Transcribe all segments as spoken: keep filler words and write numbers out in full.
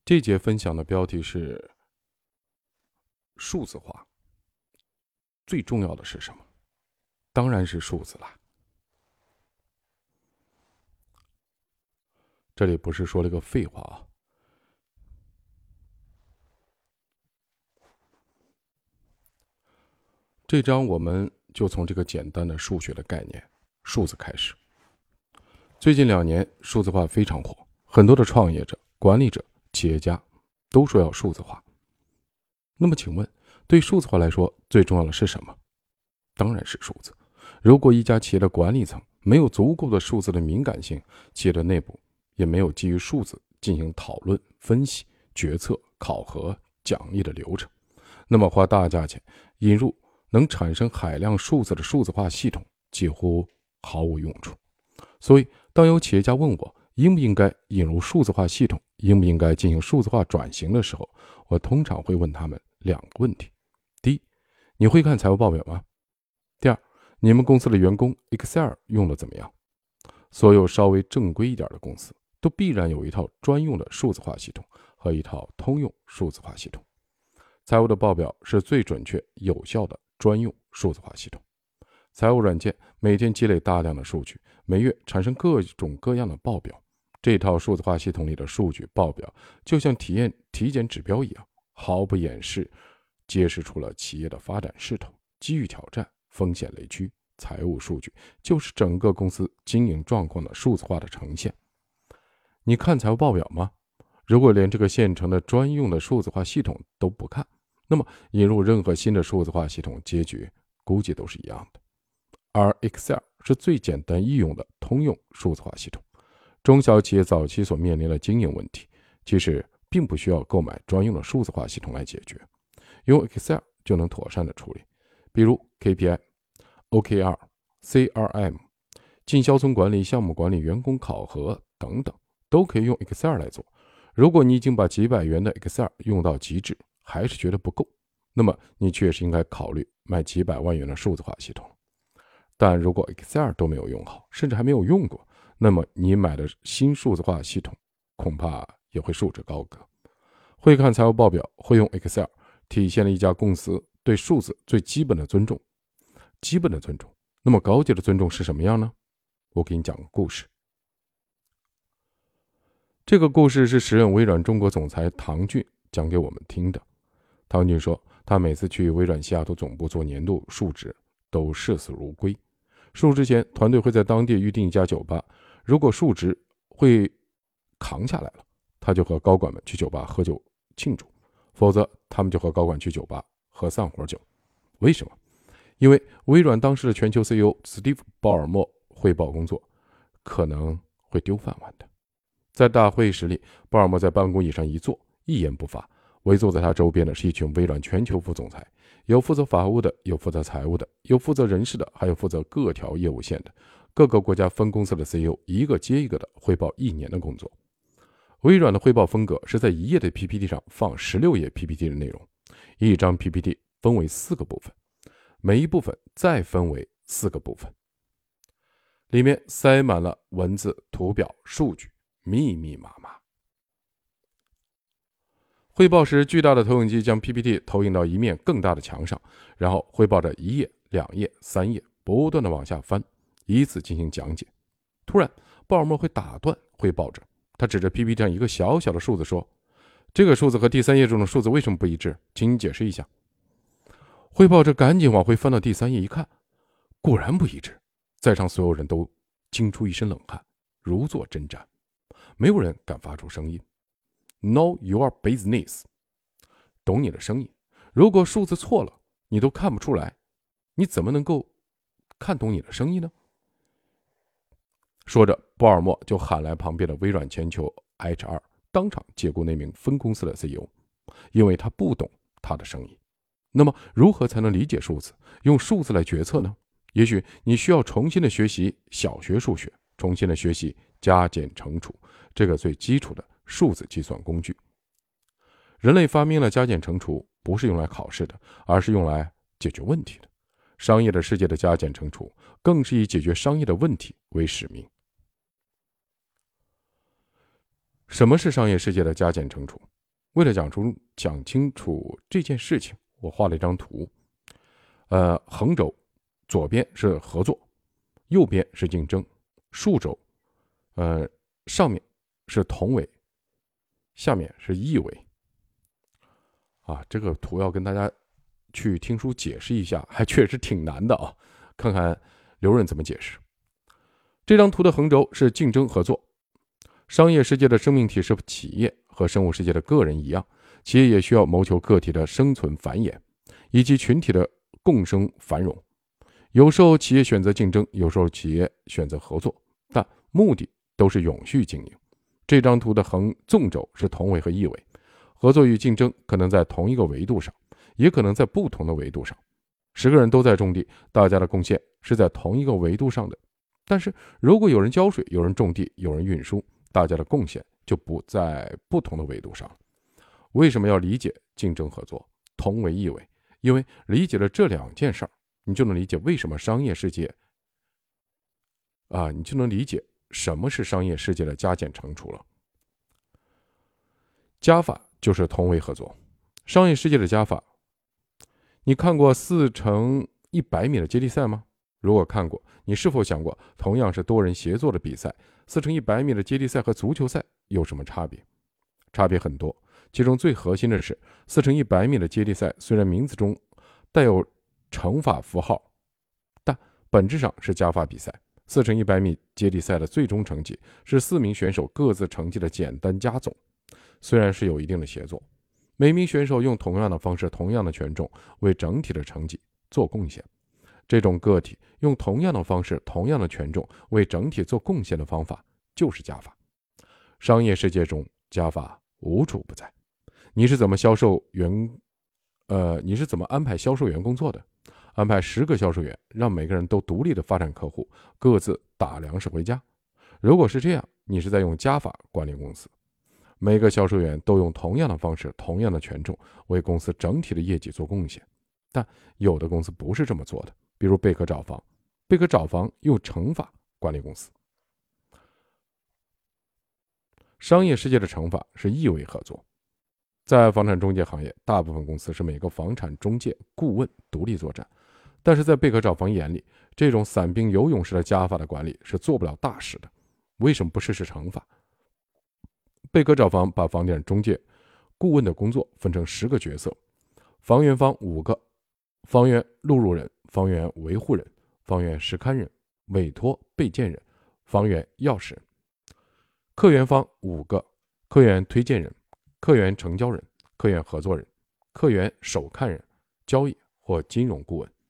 这节分享的标题是数字化，最重要的是什么？当然是数字啦。这里不是说了个废话啊。这章我们就从这个简单的数学的概念数字开始。最近两年数字化非常火，很多的创业者、管理者、企业家都说要数字化。那么请问，对数字化来说最重要的是什么？当然是数字。如果一家企业的管理层没有足够的数字的敏感性，企业的内部也没有基于数字进行讨论、分析、决策、考核、奖励的流程，那么花大价钱引入能产生海量数字的数字化系统几乎毫无用处。所以当有企业家问我应不应该引入数字化系统，应不应该进行数字化转型的时候，我通常会问他们两个问题。第一，你会看财务报表吗？第二，你们公司的员工 Excel 用的怎么样？所有稍微正规一点的公司都必然有一套专用的数字化系统和一套通用数字化系统。财务的报表是最准确有效的专用数字化系统。财务软件每天积累大量的数据，每月产生各种各样的报表，这套数字化系统里的数据报表就像体验体检指标一样，毫不掩饰揭示出了企业的发展势头、机遇挑战、风险雷区。财务数据就是整个公司经营状况的数字化的呈现。你看财务报表吗？如果连这个现成的专用的数字化系统都不看，那么引入任何新的数字化系统结局估计都是一样的。而 Excel 是最简单易用的通用数字化系统。中小企业早期所面临的经营问题，其实并不需要购买专用的数字化系统来解决，用 Excel 就能妥善的处理。比如 K P I、O K R、C R M、进销存管理、项目管理、员工考核等等，都可以用 Excel 来做。如果你已经把几百元的 Excel 用到极致，还是觉得不够，那么你确实应该考虑买几百万元的数字化系统。但如果 Excel 都没有用好，甚至还没有用过，那么你买的新数字化系统恐怕也会束之高阁。会看财务报表，会用 Excel， 体现了一家公司对数字最基本的尊重。基本的尊重，那么高级的尊重是什么样呢？我给你讲个故事。这个故事是时任微软中国总裁唐骏讲给我们听的。唐骏说，他每次去微软西雅图总部做年度述职都视死如归。述职前，团队会在当地预定一家酒吧，如果述职会扛下来了，他就和高管们去酒吧喝酒庆祝，否则他们就和高管去酒吧喝散伙酒。为什么？因为微软当时的全球 C E O 史蒂夫·鲍尔默汇报工作可能会丢饭碗的。在大会议室里，鲍尔默在办公椅上一坐，一言不发，围坐在他周边的是一群微软全球副总裁，有负责法务的，有负责财务的，有负责人事的，还有负责各条业务线的。各个国家分公司的 C E O 一个接一个的汇报一年的工作。微软的汇报风格是在一页的 P P T 上放十六页 P P T 的内容，一张 P P T 分为四个部分，每一部分再分为四个部分，里面塞满了文字、图表、数据，密密麻麻。汇报时，巨大的投影机将 P P T 投影到一面更大的墙上，然后汇报着一页、两页、三页，不断的往下翻，依次进行讲解。突然，鲍尔默会打断汇报者，他指着 P P T 上一个小小的数字说：“这个数字和第三页中的数字为什么不一致？请你解释一下。”汇报者赶紧往回翻到第三页一看，果然不一致。在场所有人都惊出一身冷汗，如坐针毡，没有人敢发出声音。Know your business， 懂你的生意。如果数字错了，你都看不出来，你怎么能够看懂你的生意呢？说着，鲍尔默就喊来旁边的微软全球 H R， 当场解雇那名分公司的 C E O， 因为他不懂他的生意。那么如何才能理解数字，用数字来决策呢？也许你需要重新的学习小学数学，重新的学习加减乘除这个最基础的数字计算工具。人类发明了加减乘除，不是用来考试的，而是用来解决问题的。商业的世界的加减乘除，更是以解决商业的问题为使命。什么是商业世界的加减乘除？ 为了讲出讲清楚这件事情，我画了一张图。呃，横轴左边是合作，右边是竞争；竖轴，呃，上面是同为，下面是异为。啊，这个图要跟大家去听书解释一下，还确实挺难的啊。看看刘润怎么解释。这张图的横轴是竞争合作。商业世界的生命体是企业，和生物世界的个人一样，企业也需要谋求个体的生存繁衍，以及群体的共生繁荣。有时候企业选择竞争，有时候企业选择合作，但目的都是永续经营。这张图的横纵轴是同维和异维。合作与竞争可能在同一个维度上，也可能在不同的维度上。十个人都在种地，大家的贡献是在同一个维度上的。但是如果有人浇水，有人种地，有人运输，大家的贡献就不在不同的维度上了。为什么要理解竞争合作、同维异维？因为理解了这两件事儿，你就能理解为什么商业世界啊，你就能理解什么是商业世界的加减乘除了。加法就是同维合作。商业世界的加法，你看过四乘一百米的接力赛吗？如果看过，你是否想过，同样是多人协作的比赛，四乘一百米的接力赛和足球赛有什么差别？差别很多，其中最核心的是，四乘一百米的接力赛虽然名字中带有乘法符号，但本质上是加法比赛。四乘一百米接力赛的最终成绩是四名选手各自成绩的简单加总，虽然是有一定的协作，每名选手用同样的方式、同样的权重为整体的成绩做贡献。这种个体用同样的方式、同样的权重为整体做贡献的方法就是加法。商业世界中，加法无处不在。你是怎么销售员？呃，你是怎么安排销售员工作的？安排十个销售员，让每个人都独立的发展客户，各自打粮食回家。如果是这样，你是在用加法管理公司。每个销售员都用同样的方式、同样的权重为公司整体的业绩做贡献。但有的公司不是这么做的，比如贝壳找房。贝壳找房用乘法管理公司。商业世界的乘法是异维合作。在房产中介行业，大部分公司是每个房产中介顾问独立作战，但是在贝壳找房眼里，这种散兵游勇式的加法的管理是做不了大事的。为什么不试试乘法？贝壳找房把房地产中介顾问的工作分成十个角色：房源方五个，房源录入人、房源维护人、房源实勘人、委托备件人、房源钥匙人；客源方五个，客源推荐人、客源成交人、客源合作人、客源首看人、交易或金融顾问。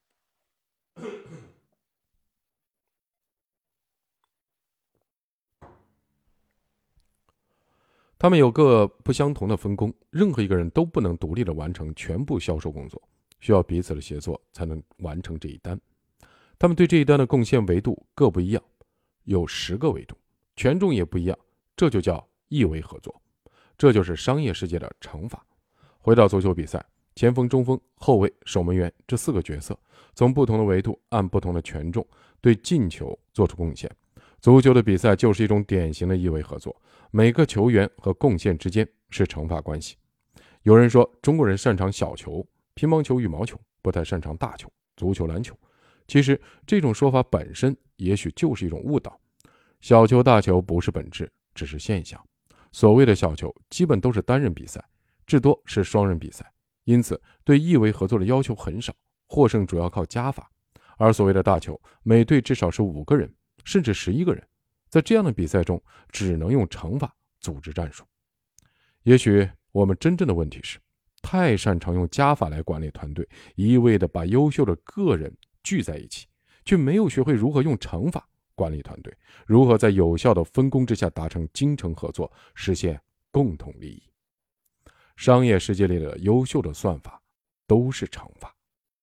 他们有各不相同的分工，任何一个人都不能独立的完成全部销售工作，需要彼此的协作才能完成这一单。他们对这一单的贡献维度各不一样，有十个维度，权重也不一样，这就叫异维合作。这就是商业世界的乘法。回到足球比赛，前锋、中锋、后卫、守门员这四个角色，从不同的维度按不同的权重对进球做出贡献。足球的比赛就是一种典型的异维合作，每个球员和贡献之间是乘法关系。有人说中国人擅长小球，乒乓球、羽毛球，不太擅长大球，足球、篮球。其实这种说法本身也许就是一种误导。小球大球不是本质，只是现象。所谓的小球基本都是单人比赛，至多是双人比赛，因此对异维合作的要求很少，获胜主要靠加法。而所谓的大球，每队至少是五个人甚至十一个人，在这样的比赛中只能用乘法组织战术。也许我们真正的问题是太擅长用加法来管理团队，一味的把优秀的个人聚在一起，却没有学会如何用乘法管理团队，如何在有效的分工之下达成精诚合作，实现共同利益。商业世界里的优秀的算法都是乘法。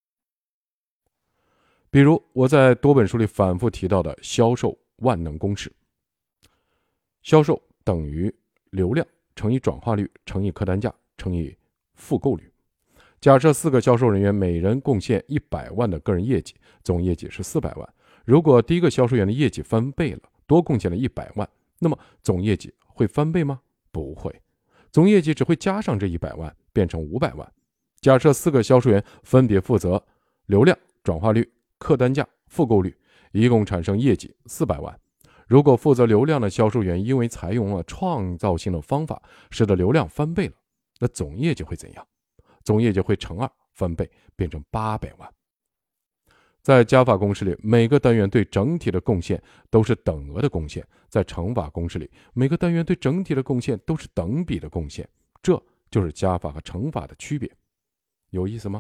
比如我在多本书里反复提到的销售万能公式。销售等于流量乘以转化率乘以客单价乘以复购率。假设四个销售人员每人贡献一百万的个人业绩，总业绩是四百万。如果第一个销售员的业绩翻倍了，多贡献了一百万，那么总业绩会翻倍吗？不会。 总业绩只会加上这一百万，变成五百万。假设四个销售员分别负责流量、转化率、客单价、复购率，一共产生业绩四百万。如果负责流量的销售员因为采用了创造性的方法，使得流量翻倍了，那总业绩会怎样？总业绩会乘二，翻倍变成八百万。在加法公式里，每个单元对整体的贡献都是等额的贡献；在乘法公式里，每个单元对整体的贡献都是等比的贡献。这就是加法和乘法的区别。有意思吗？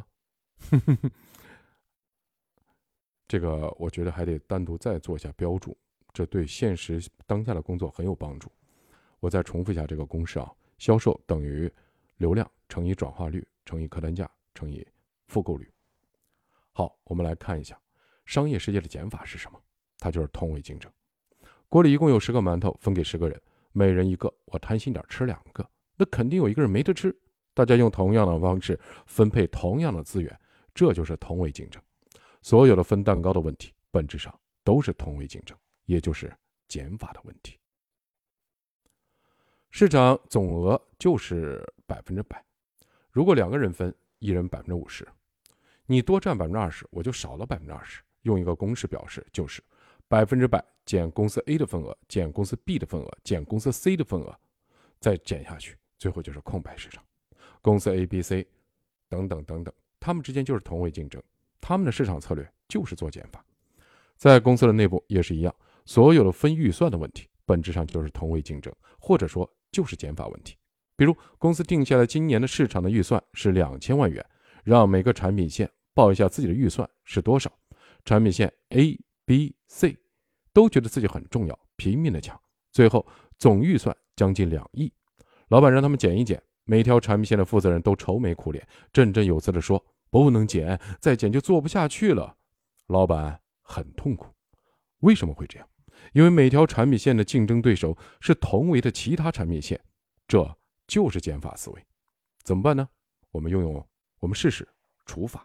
这个我觉得还得单独再做一下标注，这对现实当下的工作很有帮助。我再重复一下这个公式啊：销售等于流量乘以转化率乘以客单价乘以复购率。好，我们来看一下商业世界的减法是什么？它就是同位竞争。锅里一共有十个馒头，分给十个人，每人一个，我贪心点吃两个，那肯定有一个人没得吃。大家用同样的方式分配同样的资源，这就是同位竞争。所有的分蛋糕的问题，本质上都是同位竞争，也就是减法的问题。市场总额就是百分之百，如果两个人分，一人百分之五十，你多占百分之二十，我就少了百分之二十。用一个公式表示，就是百分之百减公司 A 的份额，减公司 B 的份额，减公司 C 的份额，再减下去，最后就是空白市场。公司 A、B、C 等等等等，他们之间就是同位竞争，他们的市场策略就是做减法。在公司的内部也是一样，所有的分预算的问题，本质上就是同位竞争，或者说就是减法问题。比如公司定下来今年的市场的预算是两千万元，让每个产品线报一下自己的预算是多少。产品线 A、B、C 都觉得自己很重要，拼命的抢，最后总预算将近两亿。老板让他们减一减，每条产品线的负责人都愁眉苦脸，振振有词的说：“不能减，再减就做不下去了。”老板很痛苦。为什么会这样？因为每条产品线的竞争对手是同为的其他产品线，这就是减法思维。怎么办呢？我们用用我们试试除法。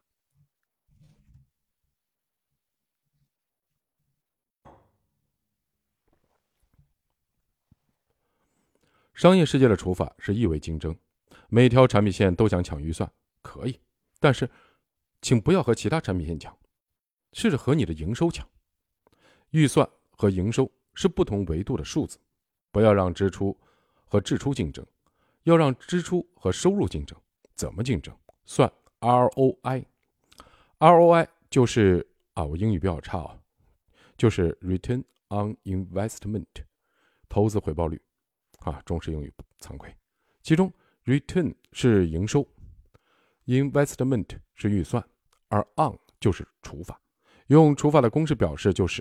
商业世界的除法是异位竞争，每条产品线都想抢预算，可以，但是请不要和其他产品线抢，试着和你的营收抢。预算和营收是不同维度的数字，不要让支出和支出竞争，要让支出和收入竞争。怎么竞争？算 R O I。R O I 就是啊，我英语比较差啊，就是 Return on Investment， 投资回报率啊，中式英语惭愧。其中 Return 是营收， Investment 是预算，而 On 就是除法。用除法的公式表示就是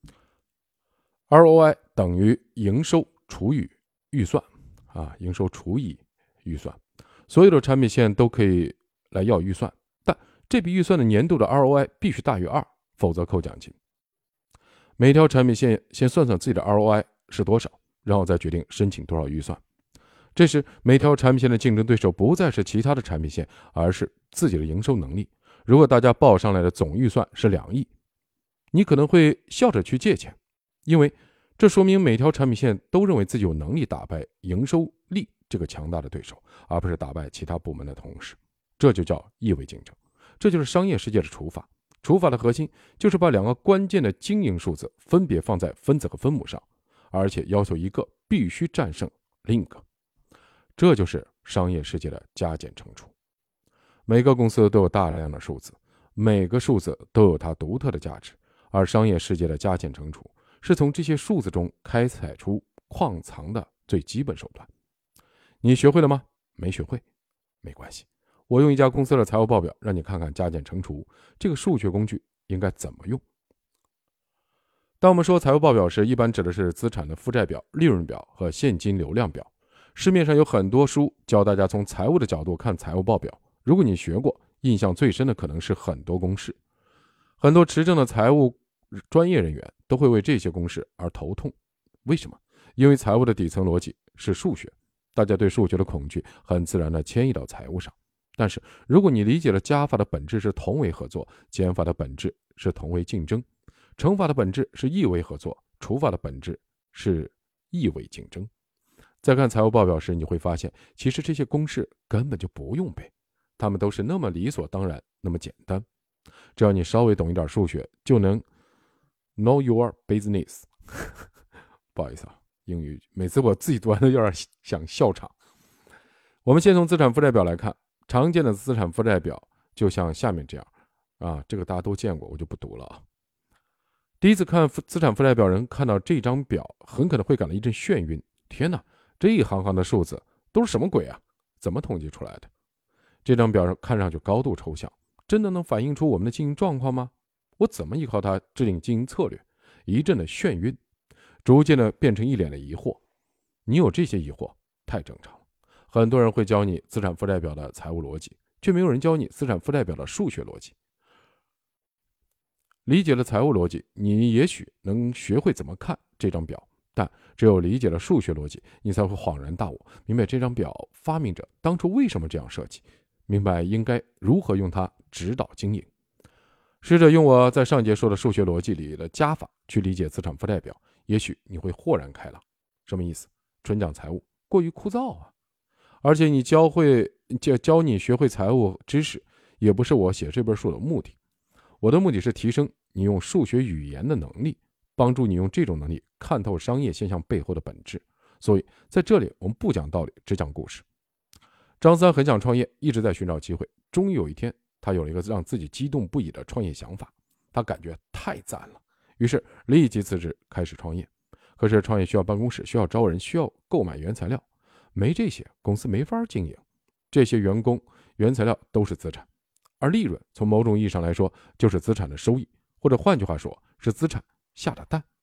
R O I 等于营收除以预算啊，营收除以预算。所有的产品线都可以来要预算，但这笔预算的年度的 R O I 必须大于二，否则扣奖金。每条产品线先算算自己的 R O I 是多少，然后再决定申请多少预算。这时每条产品线的竞争对手不再是其他的产品线，而是自己的营收能力。如果大家报上来的总预算是两亿，你可能会笑着去借钱，因为这说明每条产品线都认为自己有能力打败营收力这个强大的对手，而不是打败其他部门的同事。这就叫异位竞争，这就是商业世界的除法。除法的核心就是把两个关键的经营数字分别放在分子和分母上，而且要求一个必须战胜另一个。这就是商业世界的加减乘除。每个公司都有大量的数字，每个数字都有它独特的价值，而商业世界的加减乘除是从这些数字中开采出矿藏的最基本手段。你学会了吗？没学会没关系，我用一家公司的财务报表让你看看加减乘除这个数学工具应该怎么用。当我们说财务报表时，一般指的是资产的负债表、利润表和现金流量表。市面上有很多书教大家从财务的角度看财务报表，如果你学过，印象最深的可能是很多公式。很多持证的财务专业人员都会为这些公式而头痛。为什么？因为财务的底层逻辑是数学，大家对数学的恐惧很自然地迁移到财务上。但是如果你理解了加法的本质是同位合作，减法的本质是同位竞争，乘法的本质是异位合作，除法的本质是异位竞争， 在看财务报表时，你会发现，其实这些公式根本就不用背，它们都是那么理所当然，那么简单。只要你稍微懂一点数学，就能 know your business 不好意思啊，英语每次我自己读完都有点想笑场。我们先从资产负债表来看，常见的资产负债表就像下面这样啊，这个大家都见过，我就不读了啊。第一次看资产负债表人看到这张表，很可能会感到一阵眩晕。天哪，这一行行的数字都是什么鬼啊？怎么统计出来的？这张表看上去高度抽象，真的能反映出我们的经营状况吗？我怎么依靠它制定经营策略？一阵的眩晕，逐渐的变成一脸的疑惑。你有这些疑惑，太正常了。很多人会教你资产负债表的财务逻辑，却没有人教你资产负债表的数学逻辑。理解了财务逻辑，你也许能学会怎么看这张表，但只有理解了数学逻辑，你才会恍然大悟，明白这张表发明者当初为什么这样设计，明白应该如何用它指导经营。试着用我在上节说的数学逻辑里的加法去理解资产负债表，也许你会豁然开朗。什么意思？纯讲财务过于枯燥啊！而且你教会教教你学会财务知识，也不是我写这本书的目的。我的目的是提升你用数学语言的能力，帮助你用这种能力看透商业现象背后的本质。所以在这里我们不讲道理，只讲故事。张三很想创业，一直在寻找机会。终于有一天，他有了一个让自己激动不已的创业想法，他感觉太赞了，于是立即辞职开始创业。可是创业需要办公室，需要招人，需要购买原材料，没这些公司没法经营。这些员工、原材料都是资产，而利润从某种意义上来说就是资产的收益，或者换句话说是资产下的蛋。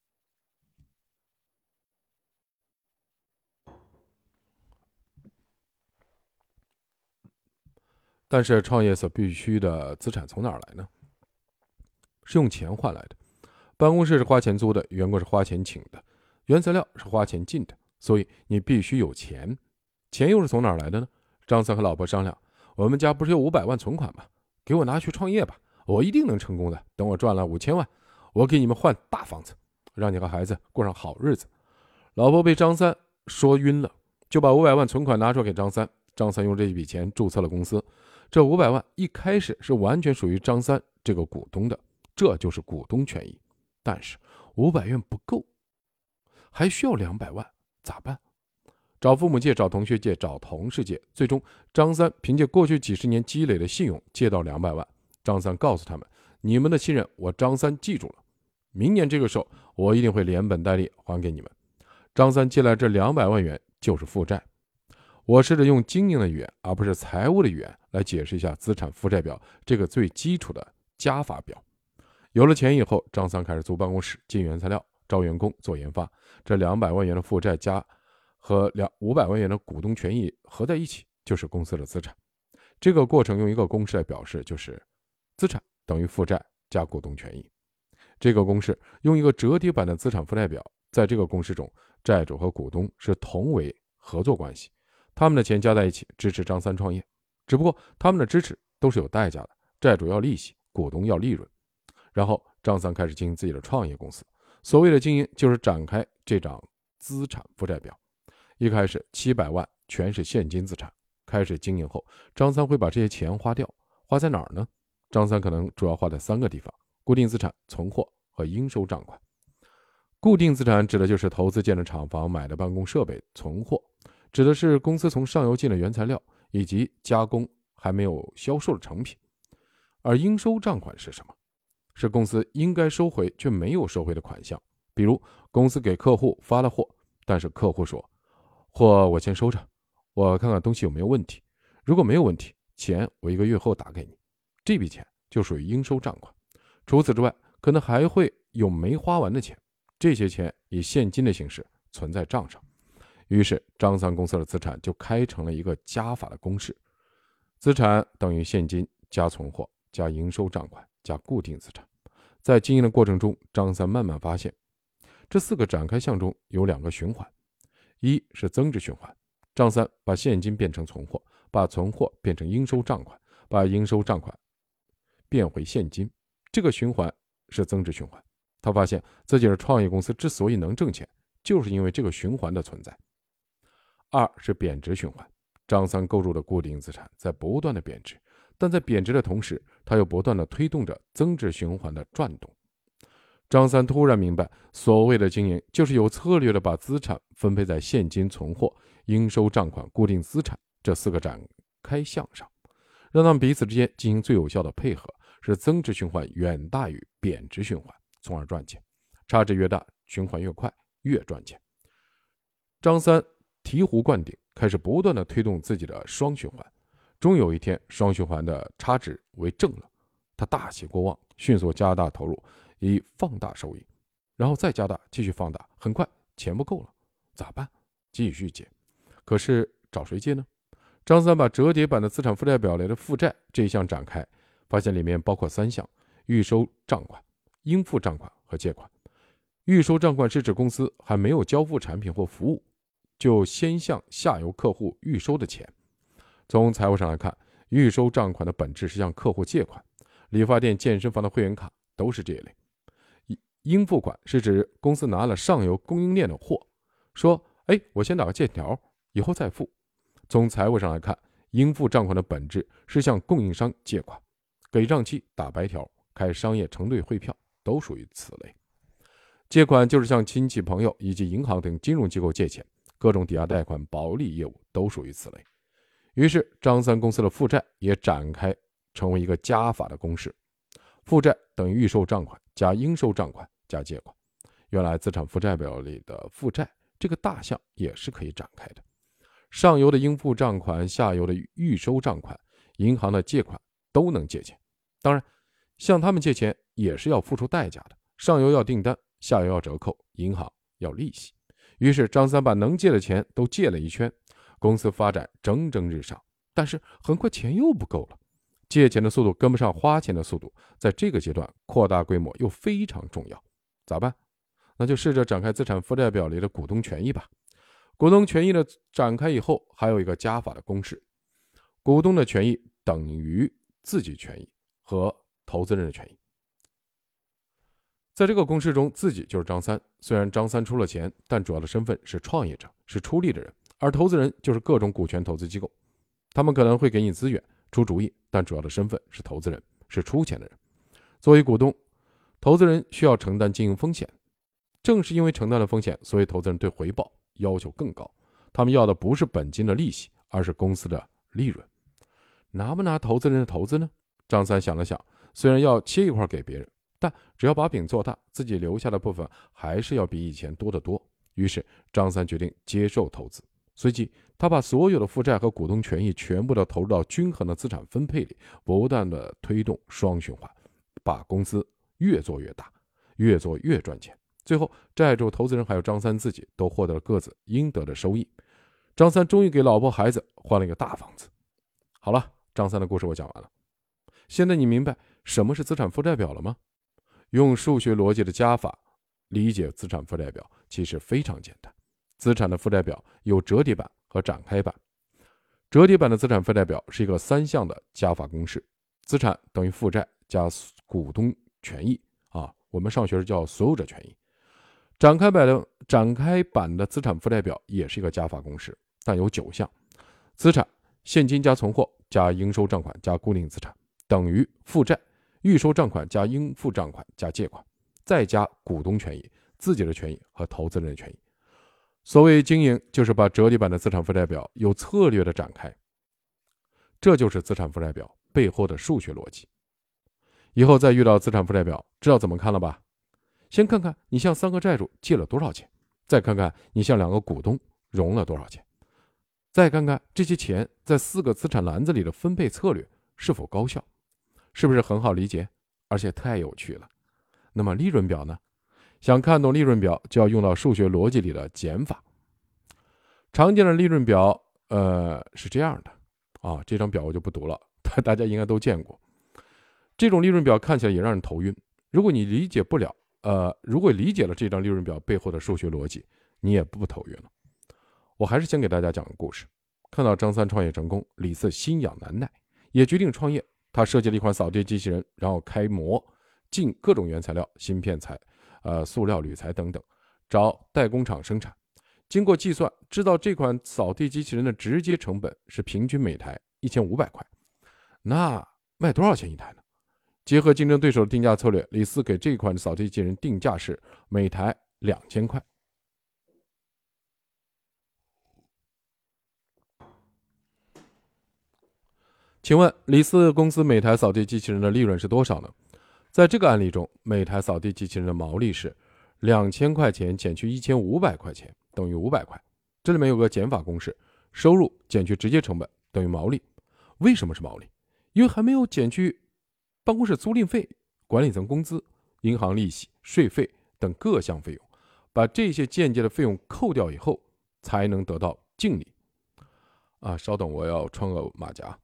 但是创业所必须的资产从哪儿来呢？是用钱换来的。办公室是花钱租的，员工是花钱请的，原材料是花钱进的，所以你必须有钱。钱又是从哪儿来的呢？张三和老婆商量，我们家不是有五百万存款吗？给我拿去创业吧，我一定能成功的。等我赚了五千万，我给你们换大房子，让你和孩子过上好日子。老婆被张三说晕了，就把五百万存款拿出给张三。张三用这笔钱注册了公司，这五百万一开始是完全属于张三这个股东的，这就是股东权益。但是五百元不够，还需要两百万，咋办？找父母借，找同学借，找同事借，最终张三凭借过去几十年积累的信用借到两百万。张三告诉他们，你们的信任我张三记住了，明年这个时候我一定会连本带利还给你们。张三借来这两百万元就是负债。我试着用经营的语言而不是财务的语言来解释一下资产负债表这个最基础的加法表。有了钱以后，张三开始租办公室，进原材料，招员工，做研发。这两百万元的负债加和五百万元的股东权益合在一起，就是公司的资产。这个过程用一个公式来表示，就是资产等于负债加股东权益。这个公式用一个折叠版的资产负债表，在这个公式中，债主和股东是同为合作关系，他们的钱加在一起支持张三创业，只不过他们的支持都是有代价的，债主要利息，股东要利润。然后张三开始经营自己的创业公司，所谓的经营就是展开这张资产负债表。一开始七百万全是现金资产，开始经营后，张三会把这些钱花掉，花在哪儿呢？张三可能主要花在三个地方：固定资产、存货和应收账款。固定资产指的就是投资建的厂房、买的办公设备；存货指的是公司从上游进的原材料以及加工还没有销售的成品。而应收账款是什么？是公司应该收回却没有收回的款项，比如公司给客户发了货，但是客户说，货我先收着，我看看东西有没有问题，如果没有问题，钱我一个月后打给你，这笔钱就属于应收账款。除此之外，可能还会有没花完的钱，这些钱以现金的形式存在账上。于是张三公司的资产就开成了一个加法的公式，资产等于现金加存货加应收账款加固定资产。在经营的过程中，张三慢慢发现，这四个展开项中有两个循环。一是增值循环，张三把现金变成存货，把存货变成应收账款，把应收账款变回现金，这个循环是增值循环。他发现自己的创业公司之所以能挣钱，就是因为这个循环的存在。 二是贬值循环。张三购入的固定资产在不断的贬值，但在贬值的同时，他又不断的推动着增值循环的转动。张三突然明白，所谓的经营就是有策略的把资产分配在现金存货、应收账款、固定资产这四个展开项上，让他们彼此之间进行最有效的配合，使增值循环远大于贬值循环，从而赚钱。差值越大，循环越快，越赚钱。张三醍醐灌顶，开始不断的推动自己的双循环。终有一天，双循环的差值为正了，他大喜过望，迅速加大投入，以放大收益，然后再加大，继续放大。很快钱不够了，咋办？继续借。可是找谁借呢？张三把折叠版的资产负债表里的负债这一项展开，发现里面包括三项：预收账款、应付账款和借款。预收账款是指公司还没有交付产品或服务，就先向下游客户预收的钱。从财务上来看，预收账款的本质是向客户借款，理发店、健身房的会员卡都是这一类。应付款是指公司拿了上游供应链的货，说哎，我先打个借条，以后再付。从财务上来看，应付账款的本质是向供应商借款，给账期、打白条、开商业承兑汇票都属于此类。借款就是向亲戚朋友以及银行等金融机构借钱，各种抵押贷款、保利业务都属于此类。于是张三公司的负债也展开成为一个加法的公式，负债等于预收账款加应收账款加借款。原来资产负债表里的负债这个大项也是可以展开的，上游的应付账款、下游的预收账款、银行的借款都能借钱。当然向他们借钱也是要付出代价的，上游要订单，下游要折扣，银行要利息。于是张三把能借的钱都借了一圈，公司发展蒸蒸日上，但是很快钱又不够了，借钱的速度跟不上花钱的速度，在这个阶段扩大规模又非常重要，咋办？那就试着展开资产负债表里的股东权益吧。股东权益的展开以后，还有一个加法的公式，股东的权益等于自己权益和投资人的权益。在这个公式中，自己就是张三，虽然张三出了钱，但主要的身份是创业者，是出力的人，而投资人就是各种股权投资机构，他们可能会给你资源、出主意，但主要的身份是投资人，是出钱的人。作为股东，投资人需要承担经营风险，正是因为承担了风险，所以投资人对回报要求更高，他们要的不是本金的利息，而是公司的利润。拿不拿投资人的投资呢？张三想了想，虽然要切一块给别人，但只要把饼做大，自己留下的部分还是要比以前多得多。于是张三决定接受投资，随即他把所有的负债和股东权益全部都投入到均衡的资产分配里，不断的推动双循环，把公司越做越大，越做越赚钱。最后债主、投资人还有张三自己都获得了各自应得的收益。张三终于给老婆孩子换了一个大房子。好了，张三的故事我讲完了。现在你明白什么是资产负债表了吗？用数学逻辑的加法理解资产负债表其实非常简单。资产的负债表有折叠版和展开版。折叠版的资产负债表是一个三项的加法公式，资产等于负债加股东权益啊，我们上学时叫所有者权益。展开版的展开版的资产负债表也是一个加法公式，但有九项。资产现金加存货加应收账款加固定资产等于负债预收账款加应付账款加借款，再加股东权益、自己的权益和投资人的权益。所谓经营，就是把折叠版的资产负债表有策略的展开，这就是资产负债表背后的数学逻辑。以后再遇到资产负债表，知道怎么看了吧？先看看你向三个债主借了多少钱，再看看你向两个股东融了多少钱，再看看这些钱在四个资产篮子里的分配策略是否高效，是不是很好理解，而且太有趣了？那么利润表呢？想看懂利润表，就要用到数学逻辑里的减法。常见的利润表，呃，是这样的啊，这张表我就不读了，大家应该都见过。这种利润表看起来也让人头晕。如果你理解不了，呃，如果理解了这张利润表背后的数学逻辑，你也不头晕了。我还是先给大家讲个故事。看到张三创业成功，李四心痒难耐，也决定创业。他设计了一款扫地机器人，然后开模，进各种原材料，芯片材、呃塑料、铝材等等，找代工厂生产。 经过计算，制造这款扫地机器人的直接成本是平均每台一千五百块，那卖多少钱一台呢？结合竞争对手的定价策略，李斯给这款扫地机器人定价是每台两千块。请问李斯公司每台扫地机器人的利润是多少呢？在这个案例中，每台扫地机器人的毛利是两千块钱减去一千五百块钱等于五百块。这里面有个减法公式，收入减去直接成本等于毛利。为什么是毛利？因为还没有减去办公室租赁费、管理层工资、银行利息、税费等各项费用，把这些间接的费用扣掉以后，才能得到净利。啊，稍等，我要穿个马甲。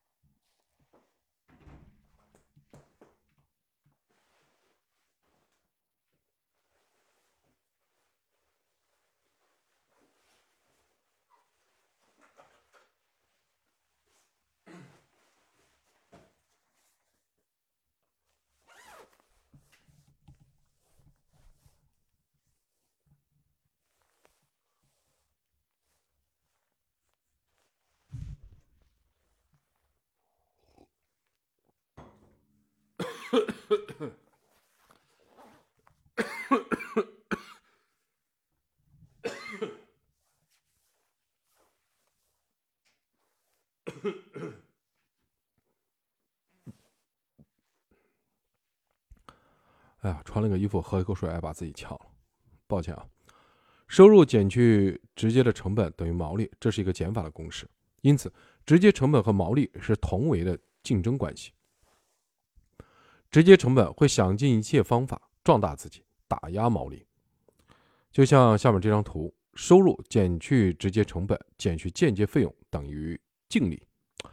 哎呀，穿了个衣服，喝一口水，哎，把自己呛了，抱歉啊。收入减去直接的成本等于毛利，这是一个减法的公式。因此，直接成本和毛利是同为的竞争关系。直接成本会想尽一切方法壮大自己，打压毛利。就像下面这张图，收入减去直接成本减去间接费用等于净利。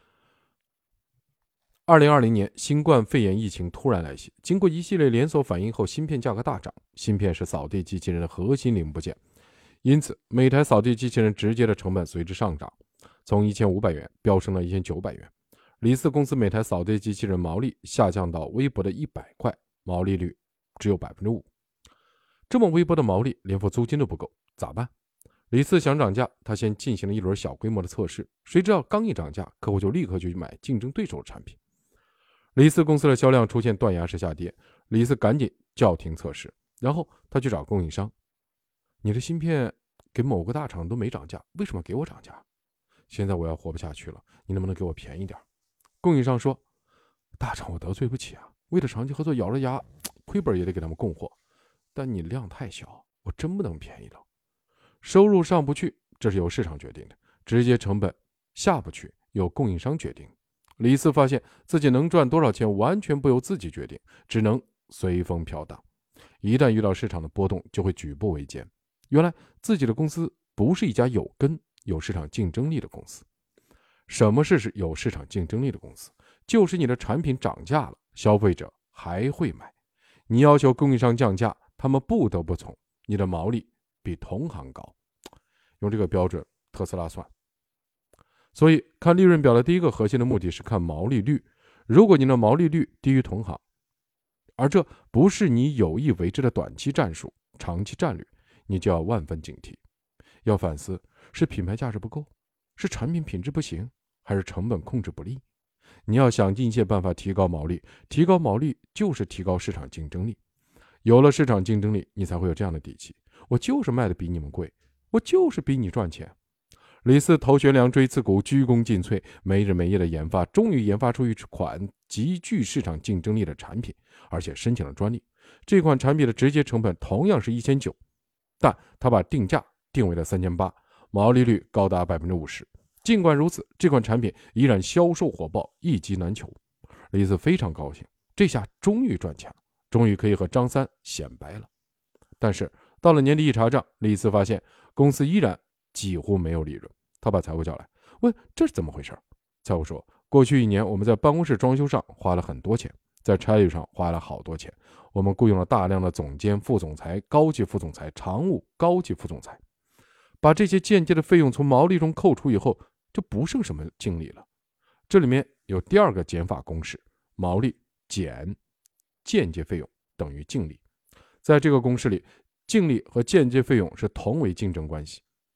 二零二零年，新冠肺炎疫情突然来袭，经过一系列连锁反应后，芯片价格大涨。芯片是扫地机器人的核心零部件，因此每台扫地机器人直接的成本随之上涨，从一千五百元飙升到一千九百元。李斯公司每台扫地机器人毛利下降到微薄的一百块，毛利率只有 百分之五。 这么微薄的毛利，连付租金都不够，咋办？李斯想涨价，他先进行了一轮小规模的测试，谁知道刚一涨价，客户就立刻去买竞争对手的产品。李斯公司的销量出现断崖式下跌，李斯赶紧叫停测试，然后他去找供应商，你的芯片给某个大厂都没涨价，为什么给我涨价？现在我要活不下去了，你能不能给我便宜点？供应商说，大厂我得罪不起啊，为了长期合作咬着牙亏本也得给他们供货，但你量太小，我真不能便宜了。收入上不去，这是由市场决定的，直接成本下不去，由供应商决定。李斯发现自己能赚多少钱完全不由自己决定，只能随风飘荡。一旦遇到市场的波动，就会举步维艰。原来自己的公司不是一家有根有市场竞争力的公司。什么是有市场竞争力的公司？就是你的产品涨价了，消费者还会买。你要求供应商降价，他们不得不从，你的毛利比同行高。用这个标准，特斯拉算。所以看利润表的第一个核心的目的是看毛利率。如果你的毛利率低于同行，而这不是你有意为之的短期战术、长期战略，你就要万分警惕，要反思，是品牌价值不够，是产品品质不行，还是成本控制不力？你要想尽一切办法提高毛利，提高毛利就是提高市场竞争力。有了市场竞争力，你才会有这样的底气，我就是卖的比你们贵，我就是比你赚钱。李斯头悬梁锥刺股，鞠躬尽瘁，没日没夜的研发，终于研发出一款极具市场竞争力的产品，而且申请了专利。这款产品的直接成本同样是一千九百，但他把定价定为了三千八百，毛利率高达 百分之五十。 尽管如此，这款产品依然销售火爆，一机难求。李斯非常高兴，这下终于赚钱了，终于可以和张三显摆了。但是到了年底一查账，李斯发现公司依然几乎没有利润。他把财务叫来，问这是怎么回事？财务说，过去一年我们在办公室装修上花了很多钱，在差旅上花了好多钱，我们雇佣了大量的总监、副总裁、高级副总裁、常务、高级副总裁，把这些间接的费用从毛利中扣除以后，就不剩什么净利了。这里面有第二个减法公式，毛利减间接费用等于净利。在这个公式里，净利和间接费用是同为竞争关系。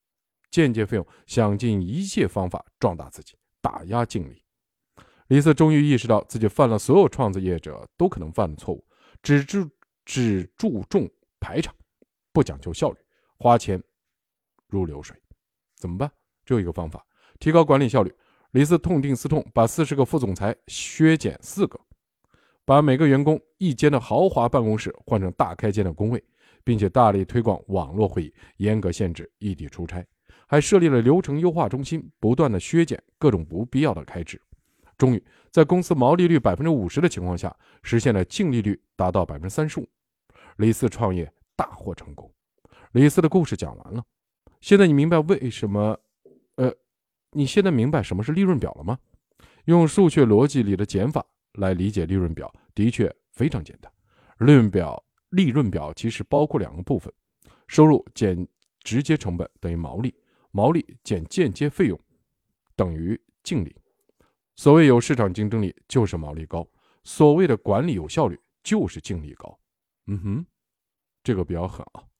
间接费用，想尽一切方法壮大自己，打压净利。李斯终于意识到自己犯了所有创业者都可能犯的错误，只注只注重排场，不讲究效率，花钱如流水。怎么办？只有一个方法，提高管理效率。李斯痛定思痛，把四十个副总裁削减四个，把每个员工一间的豪华办公室换成大开间的工位，并且大力推广网络会议，严格限制异地出差，还设立了流程优化中心，不断的削减各种不必要的开支。终于在公司毛利率 百分之五十 的情况下，实现了净利率达到 百分之三十五。 李斯创业大获成功。李斯的故事讲完了，现在你明白为什么呃你现在明白什么是利润表了吗？用数学逻辑里的减法来理解利润表的确非常简单。利润表利润表其实包括两个部分，收入减直接成本等于毛利，毛利减间接费用等于净利。所谓有市场竞争力就是毛利高，所谓的管理有效率就是净利高。嗯哼，这个比较狠啊。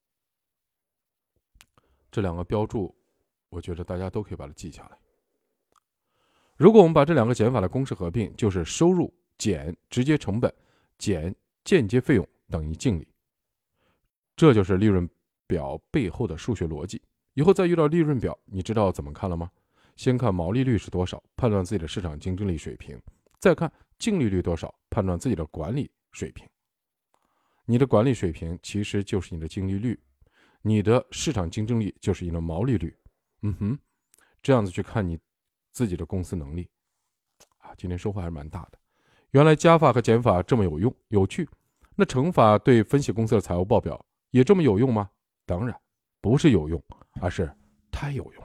这两个标注我觉得大家都可以把它记下来。如果我们把这两个减法的公式合并，就是收入减直接成本减间接费用等于净利。这就是利润表背后的数学逻辑。以后再遇到利润表，你知道怎么看了吗？先看毛利率是多少，判断自己的市场竞争力水平，再看净利率多少，判断自己的管理水平。你的管理水平其实就是你的净利率，你的市场竞争力就是你的毛利率。嗯哼，这样子去看你自己的公司能力啊，今天收获还是蛮大的。原来加法和减法这么有用有趣，那乘法对分析公司的财务报表也这么有用吗？当然不是有用，而是太有用了。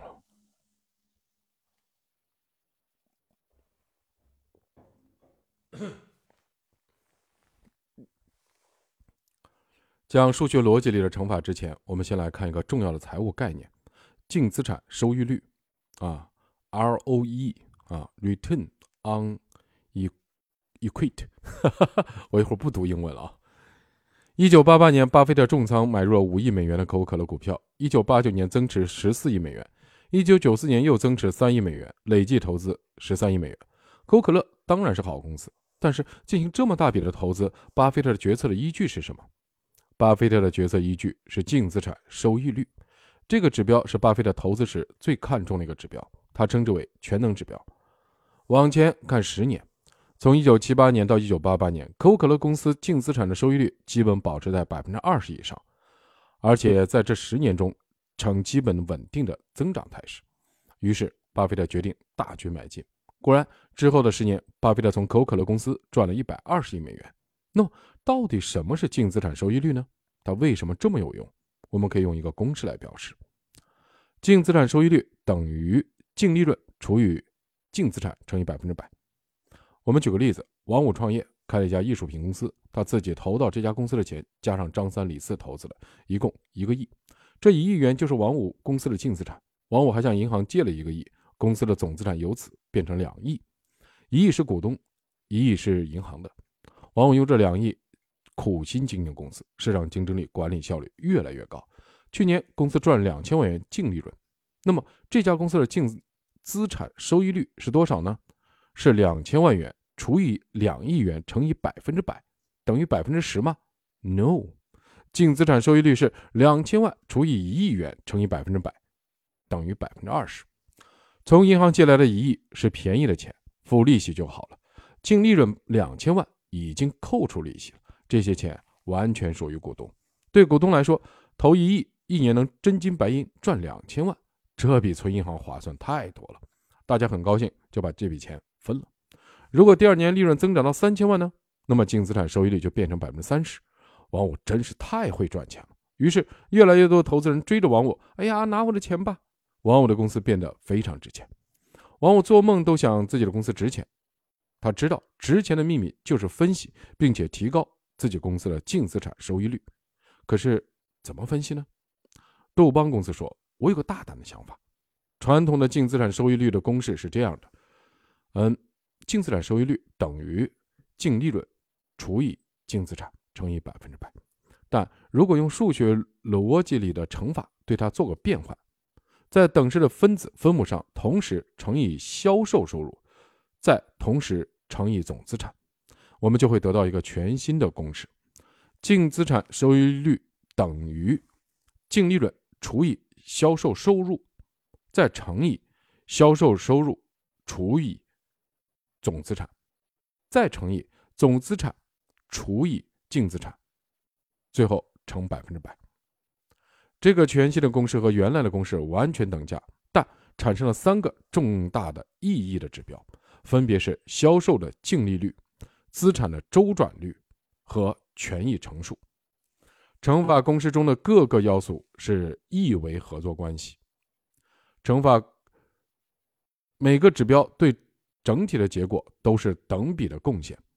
讲数学逻辑里的乘法之前，我们先来看一个重要的财务概念，净资产收益率啊 R O E 啊 Return on Equity 我一会儿不读英文了啊。一九八八年，巴菲特重仓买入了五亿美元的可口可乐股票，一九八九年增持十四亿美元，一九九四年又增持三亿美元，累计投资十三亿美元。可口可乐当然是好公司，但是进行这么大笔的投资，巴菲特的决策的依据是什么？巴菲特的决策依据是净资产收益率，这个指标是巴菲特投资时最看重的一个指标，他称之为全能指标。往前看十年，从一九七八年到一九八八年，可口可乐公司净资产的收益率基本保持在 百分之二十 以上，而且在这十年中呈基本稳定的增长态势。于是巴菲特决定大举买进，果然之后的十年，巴菲特从可口可乐公司赚了一百二十亿美元。那么到底什么是净资产收益率呢？它为什么这么有用？我们可以用一个公式来表示，净资产收益率等于净利润除以净资产乘以百分之百。我们举个例子，王五创业开了一家艺术品公司，他自己投到这家公司的钱，加上张三李四投资的，一共一个亿。这一亿元就是王五公司的净资产。王五还向银行借了一个亿，公司的总资产由此变成两亿。一亿是股东，一亿是银行的。王五用这两亿苦心经营公司，市场竞争力、管理效率越来越高。去年公司赚两千万元净利润。那么这家公司的净资产收益率是多少呢？是两千万元除以两亿元乘以百分之百，等于百分之十吗 ？No， 净资产收益率是两千万除以一亿元乘以百分之百，等于百分之二十。从银行借来的一亿是便宜的钱，付利息就好了。净利润两千万已经扣除利息了，这些钱完全属于股东。对股东来说，投一亿，一年能真金白银赚两千万，这比存银行划算太多了。大家很高兴，就把这笔钱分了。如果第二年利润增长到三千万呢？那么净资产收益率就变成 百分之三十。王五真是太会赚钱了。于是越来越多的投资人追着王五，哎呀，拿我的钱吧。王五的公司变得非常值钱。王五做梦都想自己的公司值钱。他知道值钱的秘密就是分析，并且提高自己公司的净资产收益率。可是怎么分析呢？杜邦公司说，我有个大胆的想法。传统的净资产收益率的公式是这样的，嗯，净资产收益率等于净利润除以净资产乘以百分之百。但如果用数学逻辑里的乘法对它做个变换， 在等式的分子分母上同时乘以销售收入，再同时乘以总资产，我们就会得到一个全新的公式：净资产收益率等于净利润除以销售收入，再乘以销售收入除以总资产，再乘以总资产除以净资产，最后乘百分之百。这个全新的公式和原来的公式完全等价，但产生了三个重大的意义的指标，分别是销售的净利率、资产的周转率和权益乘数。乘法公式中的各个要素是一维合作关系，乘法每个指标对整体的结果都是等比的贡献。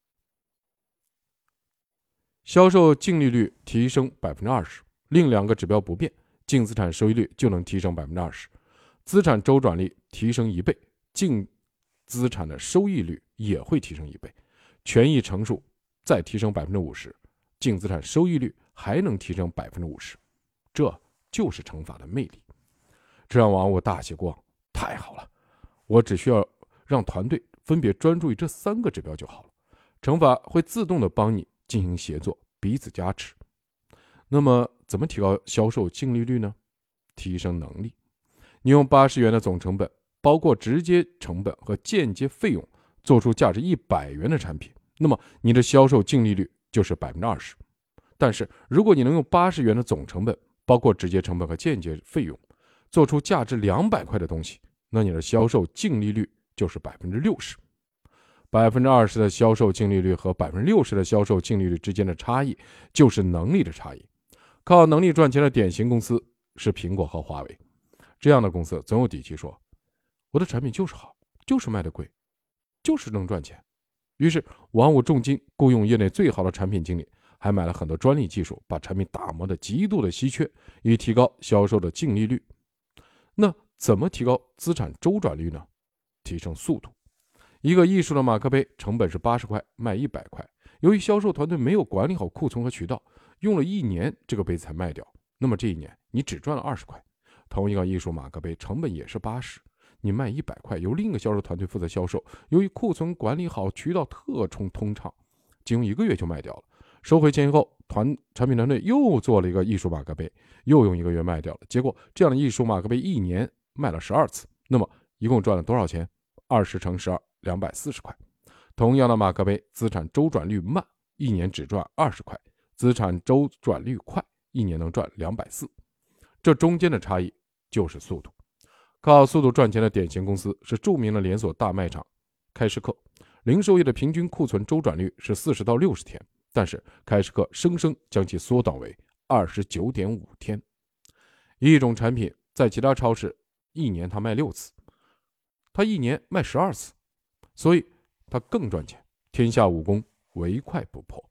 销售净利率提升 百分之二十， 另两个指标不变，净资产收益率就能提升 百分之二十， 资产周转率提升一倍，净资产的收益率也会提升一倍，权益乘数再提升 百分之五十， 净资产收益率还能提升 百分之五十， 这就是乘法的魅力。这让王五大喜过望，太好了，我只需要让团队分别专注于这三个指标就好了，乘法会自动的帮你进行协作，彼此加持。那么怎么提高销售净利率呢？提升能力。你用八十元的总成本，包括直接成本和间接费用，做出价值一百元的产品，那么你的销售净利率就是 百分之二十。 但是如果你能用八十元的总成本，包括直接成本和间接费用，做出价值两百块的东西，那你的销售净利率就是 百分之六十。 百分之二十 的销售净利率和 百分之六十 的销售净利率之间的差异就是能力的差异。靠能力赚钱的典型公司是苹果和华为，这样的公司总有底气说，我的产品就是好，就是卖得贵，就是能赚钱。于是王五重金雇佣业内最好的产品经理，还买了很多专利技术，把产品打磨得极度的稀缺，以提高销售的净利率。那怎么提高资产周转率呢？提升速度。一个艺术的马克杯成本是八十块，卖一百块，由于销售团队没有管理好库存和渠道，用了一年这个杯子才卖掉，那么这一年你只赚了二十块。同一个艺术马克杯成本也是八十，你卖一百块，由另一个销售团队负责销售，由于库存管理好，渠道特冲通畅，仅用一个月就卖掉了。收回钱以后，团产品团队又做了一个艺术马克杯，又用一个月卖掉了。结果这样的艺术马克杯一年卖了十二次，那么一共赚了多少钱？二十乘十二，两百四十块。同样的马克杯，资产周转率慢，一年只赚二十块；资产周转率快，一年能赚两百四十。这中间的差异就是速度。靠速度赚钱的典型公司是著名的连锁大卖场开市客，零售业的平均库存周转率是四十到六十天，但是开市客生生将其缩短为 二十九点五天。一种产品在其他超市一年他卖六次，他一年卖十二次，所以他更赚钱。天下武功，唯快不破。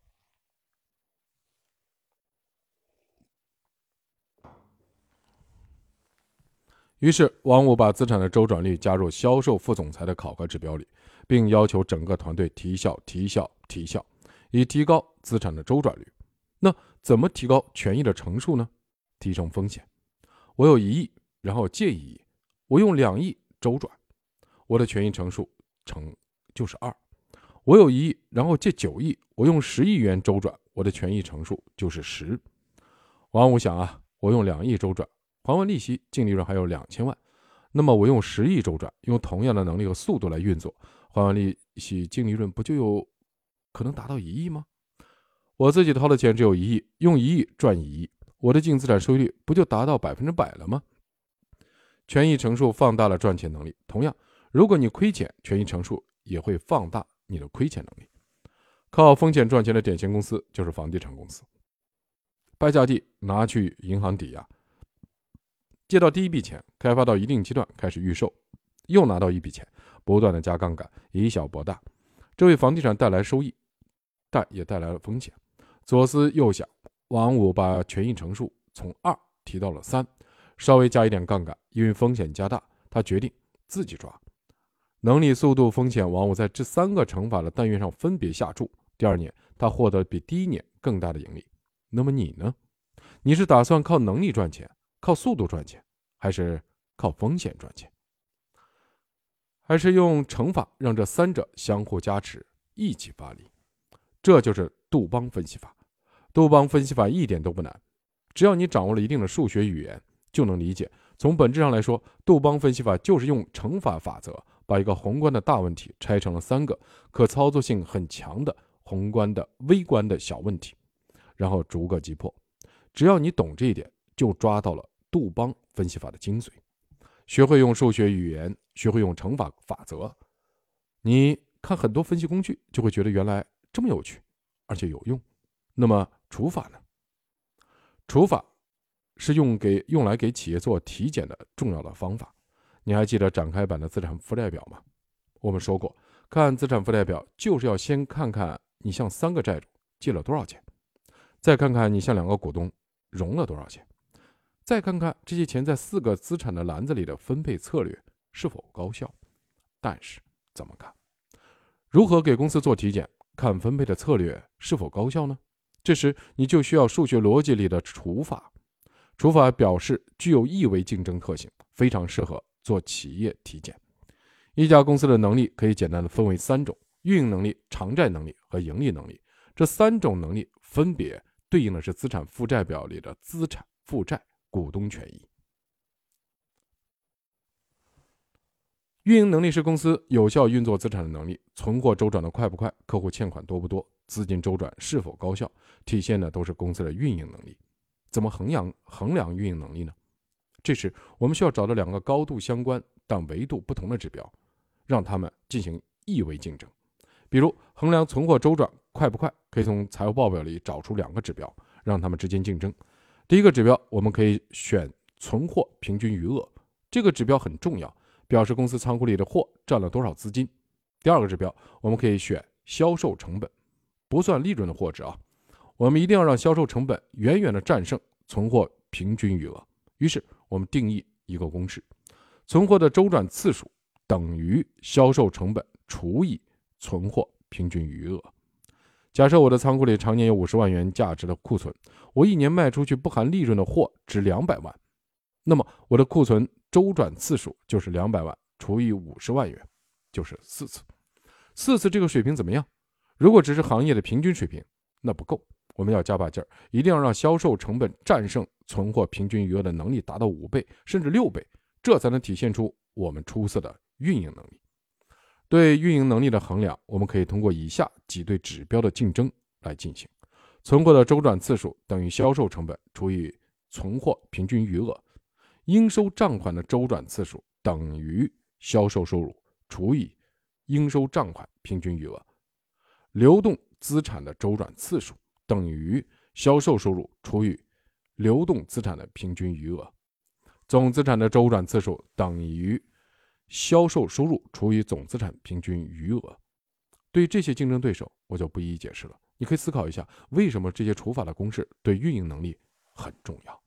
于是王五把资产的周转率加入销售副总裁的考核指标里，并要求整个团队提效提效提效，以提高资产的周转率。那怎么提高权益的乘数呢？提升风险。我有一亿，然后借一亿，我用两亿周转，我的权益乘数乘就是二。我有一亿，然后借九亿，我用十亿元周转，我的权益乘数就是十。王五想啊，我用两亿周转，还完利息，净利润还有两千万，那么我用十亿周转，用同样的能力和速度来运作，还完利息，净利润不就有可能达到一亿吗？我自己掏的钱只有一亿，用一亿赚一亿，我的净资产收益率不就达到百分之百了吗？权益乘数放大了赚钱能力，同样，如果你亏钱，权益乘数也会放大你的亏钱能力。靠风险赚钱的典型公司就是房地产公司，拍下地拿去银行抵押，借到第一笔钱，开发到一定阶段开始预售，又拿到一笔钱，不断的加杠杆，以小博大，这为房地产带来收益，但也带来了风险。左思右想，王五把权益乘数从二提到了三，稍微加一点杠杆，因为风险加大，他决定自己抓。能力、速度、风险，王五在这三个乘法的单元上分别下注。第二年，他获得比第一年更大的盈利。那么你呢？你是打算靠能力赚钱，靠速度赚钱，还是靠风险赚钱，还是用乘法让这三者相互加持，一起发力？这就是杜邦分析法。杜邦分析法一点都不难，只要你掌握了一定的数学语言，就能理解。从本质上来说，杜邦分析法就是用乘法法则把一个宏观的大问题拆成了三个可操作性很强的宏观的微观的小问题，然后逐个击破。只要你懂这一点，就抓到了杜邦分析法的精髓。学会用数学语言，学会用乘法法则，你看很多分析工具就会觉得原来这么有趣，而且有用。那么除法呢？除法是用给用来给企业做体检的重要的方法。你还记得展开版的资产负债表吗？我们说过，看资产负债表就是要先看看你向三个债主借了多少钱，再看看你向两个股东融了多少钱，再看看这些钱在四个资产的篮子里的分配策略是否高效。但是怎么看？如何给公司做体检，看分配的策略是否高效呢？这时你就需要数学逻辑里的除法。除法表示具有异维竞争特性，非常适合做企业体检。一家公司的能力可以简单的分为三种：运营能力、偿债能力和盈利能力。这三种能力分别对应的是资产负债表里的资产、负债、股东权益。运营能力是公司有效运作资产的能力，存货周转的快不快，客户欠款多不多，资金周转是否高效，体现的都是公司的运营能力。怎么衡量衡量运营能力呢？这时我们需要找到两个高度相关但维度不同的指标，让他们进行异维竞争。比如衡量存货周转快不快，可以从财务报表里找出两个指标，让他们之间竞争。第一个指标我们可以选存货平均余额，这个指标很重要，表示公司仓库里的货占了多少资金。第二个指标我们可以选销售成本，不算利润的货值啊，我们一定要让销售成本远远的战胜存货平均余额。于是我们定义一个公式：存货的周转次数等于销售成本除以存货平均余额。假设我的仓库里常年有五十万元价值的库存，我一年卖出去不含利润的货值两百万，那么我的库存周转次数就是两百万除以五十万元，就是四次。四次这个水平怎么样？如果只是行业的平均水平，那不够，我们要加把劲儿，一定要让销售成本战胜存货平均余额的能力达到五倍甚至六倍，这才能体现出我们出色的运营能力。对运营能力的衡量，我们可以通过以下几对指标的竞争来进行：存货的周转次数等于销售成本除以存货平均余额，应收账款的周转次数等于销售收入除以应收账款平均余额，流动资产的周转次数等于销售收入除以流动资产的平均余额，总资产的周转次数等于销售收入除以总资产平均余额。对这些竞争对手我就不一一解释了，你可以思考一下，为什么这些除法的公式对运营能力很重要。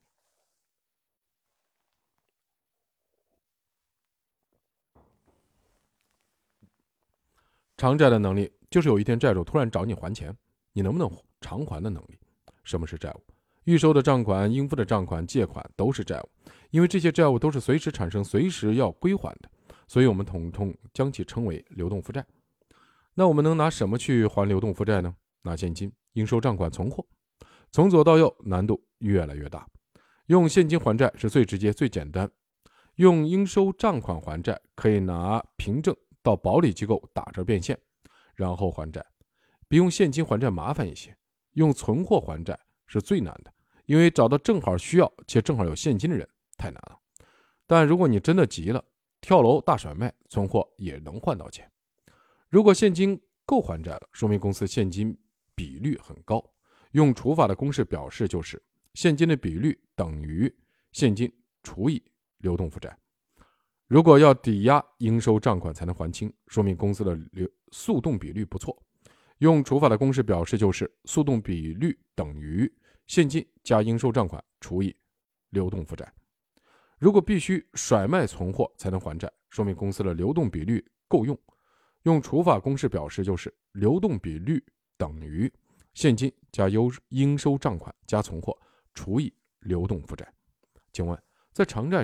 偿债的能力就是有一天债主突然找你还钱，你能不能偿还的能力。什么是债务？预收的账款、应付的账款、借款都是债务，因为这些债务都是随时产生、随时要归还的，所以我们统统将其称为流动负债。那我们能拿什么去还流动负债呢？拿现金、应收账款、存货。从左到右难度越来越大，用现金还债是最直接最简单，用应收账款还债可以拿凭证到保理机构打折变现然后还债，比用现金还债麻烦一些。用存货还债是最难的，因为找到正好需要且正好有现金的人太难了。但如果你真的急了，跳楼大甩卖，存货也能换到钱。如果现金够还债了，说明公司现金比率很高。用除法的公式表示就是现金的比率等于现金除以流动负债。如果要抵押应收账款才能还清，说明公司的速动比率不错。用除法的公式表示就是速动比率等于现金加应收账款除以流动负债。如果必须甩卖存货才能还债，说明公司的流动比率够用。用除法公式表示就是流动比率等于现金加应收账款加存货除以流动负债。请问在偿债时，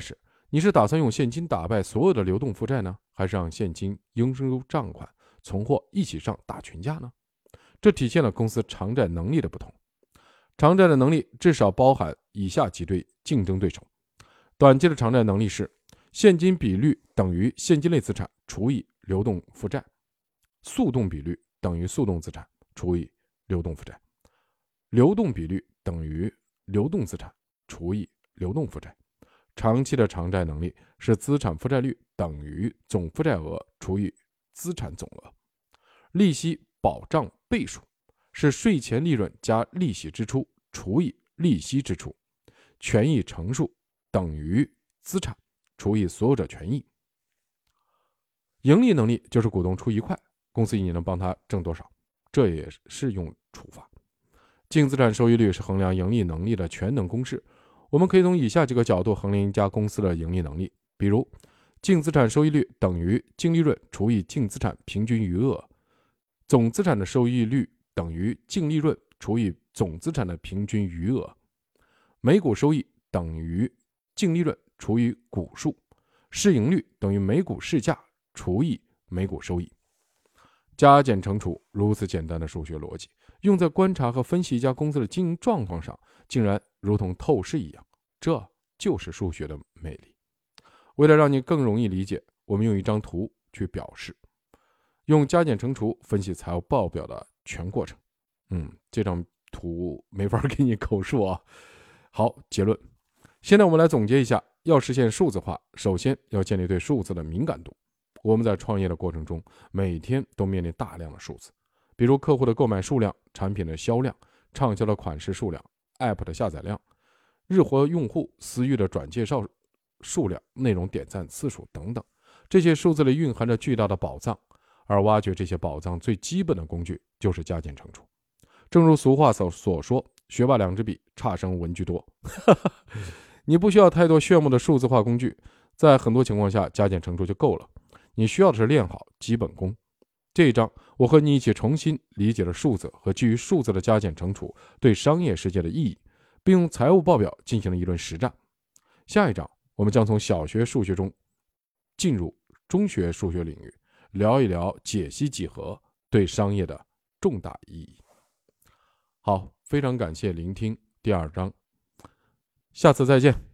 你是打算用现金打败所有的流动负债呢，还是让现金、应收账款、存货一起上打群架呢？这体现了公司偿债能力的不同。偿债的能力至少包含以下几对竞争对手。短期的偿债能力是现金比率等于现金类资产除以流动负债，速动比率等于速动资产除以流动负债，流动比率等于流动资产除以流动负债。长期的偿债能力是资产负债率等于总负债额除以资产总额。利息保障倍数是税前利润加利息支出除以利息支出，权益乘数等于资产除以所有者权益。盈利能力就是股东出一块，公司一年能帮他挣多少，这也是用除法。净资产收益率是衡量盈利能力的全能公式，我们可以从以下几个角度衡量一家公司的盈利能力，比如净资产收益率等于净利润除以净资产平均余额，总资产的收益率等于净利润除以总资产的平均余额，每股收益等于净利润除以股数，市盈率等于每股市价除以每股收益。加减乘除如此简单的数学逻辑，用在观察和分析一家公司的经营状况上，竟然如同透视一样，这就是数学的魅力。为了让你更容易理解，我们用一张图去表示，用加减乘除分析财务报表的全过程。嗯，这张图没法给你口述啊。好，结论。现在我们来总结一下，要实现数字化，首先要建立对数字的敏感度。我们在创业的过程中，每天都面临大量的数字，比如客户的购买数量、产品的销量、畅销的款式数量、App 的下载量、日活用户私域的转介绍数量、内容点赞次数等等。这些数字里蕴含着巨大的宝藏，而挖掘这些宝藏最基本的工具就是加减乘除。正如俗话所所说，学霸两支笔，差生文具多。你不需要太多炫目的数字化工具，在很多情况下加减乘除就够了。你需要的是练好基本功。这一章我和你一起重新理解了数字和基于数字的加减乘除对商业世界的意义，并用财务报表进行了一轮实战。下一章我们将从小学数学中进入中学数学领域，聊一聊解析几何对商业的重大意义。好，非常感谢聆听第二章，下次再见。